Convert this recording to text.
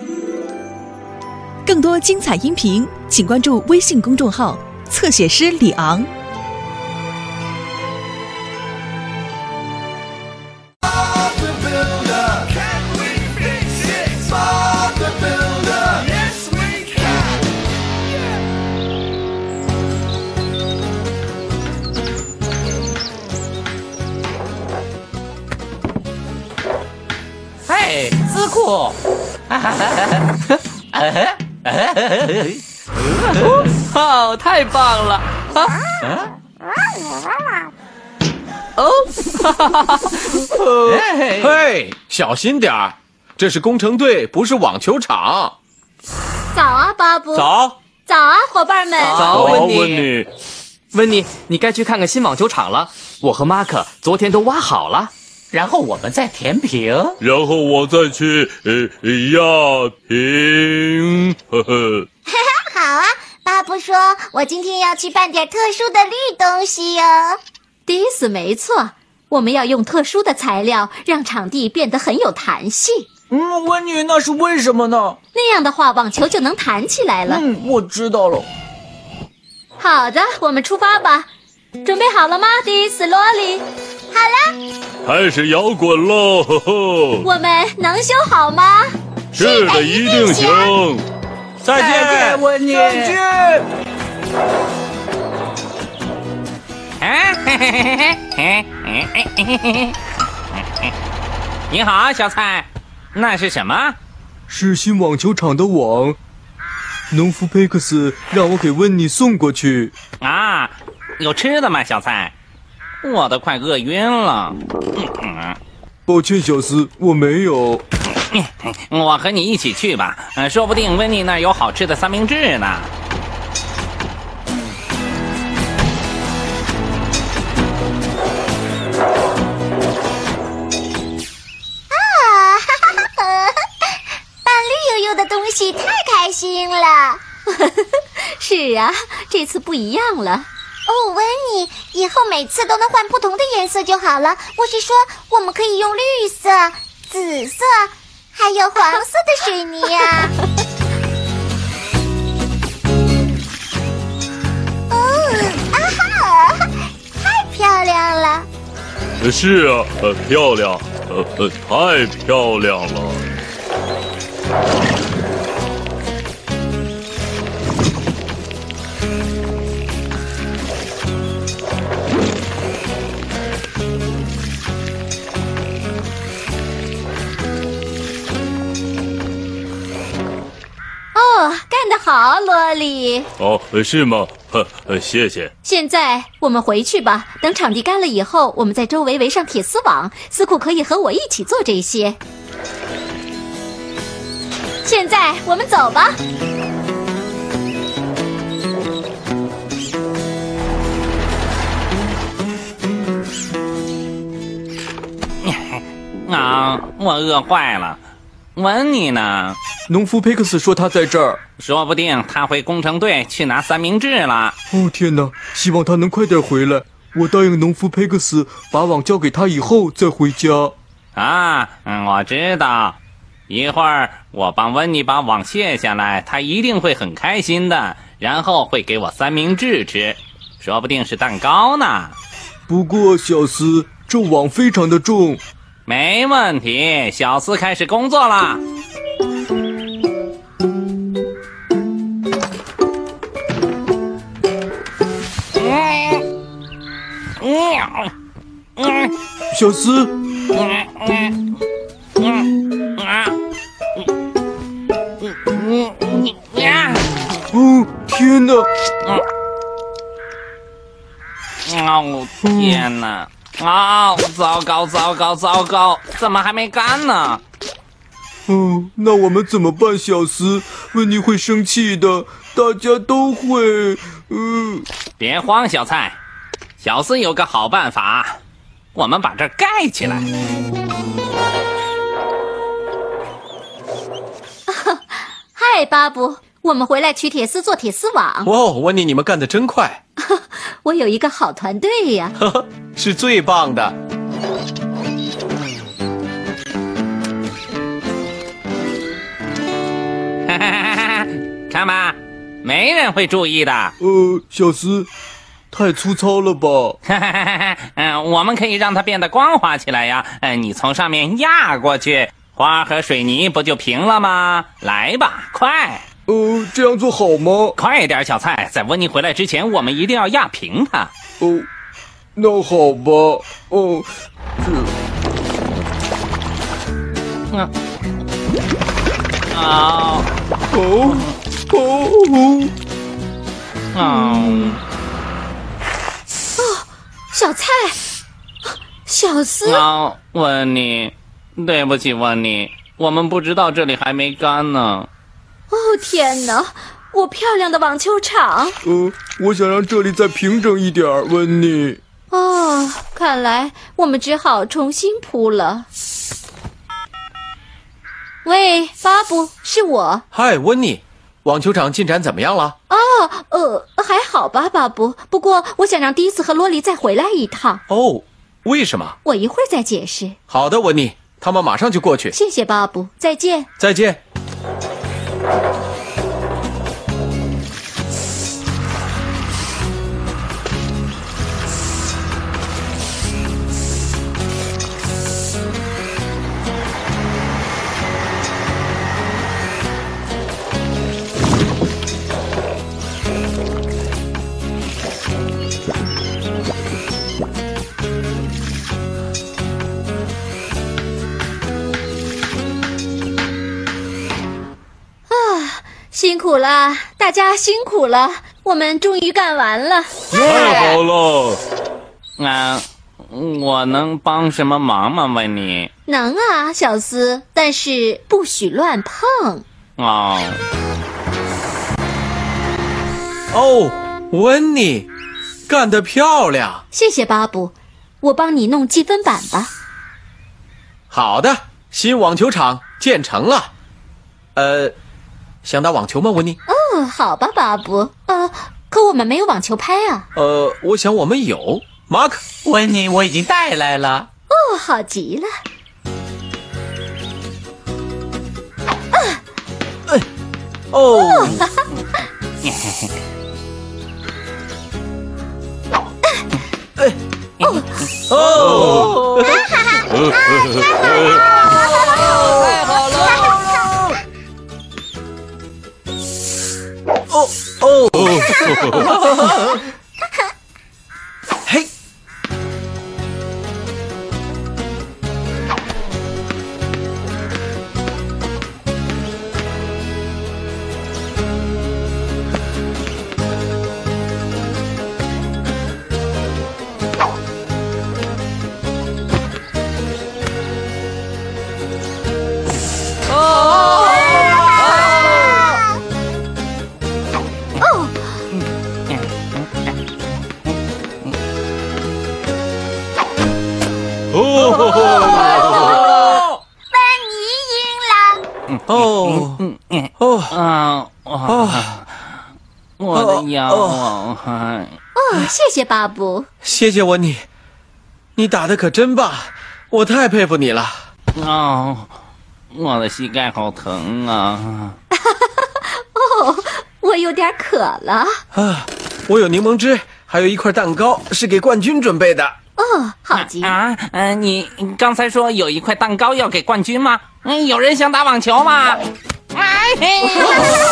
更多精彩音频，请关注微信公众号“侧写师李昂”。 嘿，思库！ 哦，太棒了！ 嘿，小心点儿，这是工程队，不是网球场。 早啊，巴布。 早啊，伙伴们。 早，温妮。 妮，温妮，你该去看看新网球场了。我和马克昨天都挖好了。 然后我们再填平， 然后我再去压平，呵呵。 好啊，巴布说，我今天要去办点特殊的绿东西哟。 迪斯没错，我们要用特殊的材料，让场地变得很有弹性。 温妮，那是为什么呢？ 那样的话，网球就能弹起来了。 我知道了。 好的，我们出发吧。准备好了吗，迪斯、罗莉？ 好了。 开始摇滚喽！呵呵， 我们能修好吗？ 是的，一定行。 再见，温妮。再见。 你好，小蔡，那是什么？ 是新网球场的网。农夫佩克斯让我给温妮送过去。 啊，有吃的吗，小蔡？我都快饿晕了。 抱歉，小斯，我没有。 我和你一起去吧，说不定温妮那儿有好吃的三明治呢。 扮绿油油的东西太开心了。 是啊，这次不一样了。 哦，温妮，以后每次都能换不同的颜色就好了。我是说，我们可以用绿色、紫色，还有黄色的水泥啊。太漂亮了。 是啊，漂亮，太漂亮了。 干得好，罗莉。 哦，是吗？谢谢。 现在我们回去吧，等场地干了以后，我们在周围围上铁丝网。斯库可以和我一起做这些。现在我们走吧。 我饿坏了。温妮呢？ 农夫佩克斯说他在这儿， 说不定他回工程队去拿三明治了。 哦天哪，希望他能快点回来。我答应农夫佩克斯，把网交给他以后再回家。 我知道。一会儿我帮温妮把网卸下来，他一定会很开心的，然后会给我三明治吃，说不定是蛋糕呢。 不过小斯，这网非常的重。 没问题，小斯开始工作了。 小斯，天哪！ 天哪！糟糕糟糕糟糕，怎么还没干呢？ 那我们怎么办，小斯？温妮会生气的，大家都会。 别慌，小蔡，小斯有个好办法，我们把这儿盖起来。 嗨，巴布，我们回来取铁丝做铁丝网。 哇，温妮，你们干得真快！ 我有一个好团队呀。 是最棒的。 看吧，没人会注意的。 小斯，太粗糙了吧？ 我们可以让它变得光滑起来呀。你从上面压过去，花和水泥不就平了吗？来吧，快！ 这样做好吗？ 快点，小蔡，在温妮回来之前，我们一定要压平它。 那好吧。 小蔡，小斯。 温妮，对不起，温妮，我们不知道这里还没干呢。 天哪，我漂亮的网球场。 我想让这里再平整一点，温妮。 看来我们只好重新铺了。喂，巴布，是我。 嗨，温妮，网球场进展怎么样了？ 还好吧，巴布。不过我想让迪斯和罗莉再回来一趟。 为什么？ 我一会儿再解释。 好的，温妮，他们马上就过去。 谢谢，巴布，再见。 再见。 辛苦了，大家辛苦了，我们终于干完了。 太好了！ 我能帮什么忙吗，温妮？ 能啊，小斯，但是不许乱碰。 温妮，干得漂亮！ 谢谢巴布，我帮你弄积分板吧。 好的，新网球场建成了。想打网球吗，温妮？ 好吧，巴布。可我们没有网球拍啊。 我想我们有。马克， 温妮，我已经带来了。 好极了。 太好了！ 嘿， 我的腰谢谢巴布。 谢谢温妮，你打得可真棒，我太佩服你了。 我的膝盖好疼啊！ 我有点渴了。 我有柠檬汁，还有一块蛋糕，是给冠军准备的。 好极了。你刚才说有一块蛋糕要给冠军吗？有人想打网球吗？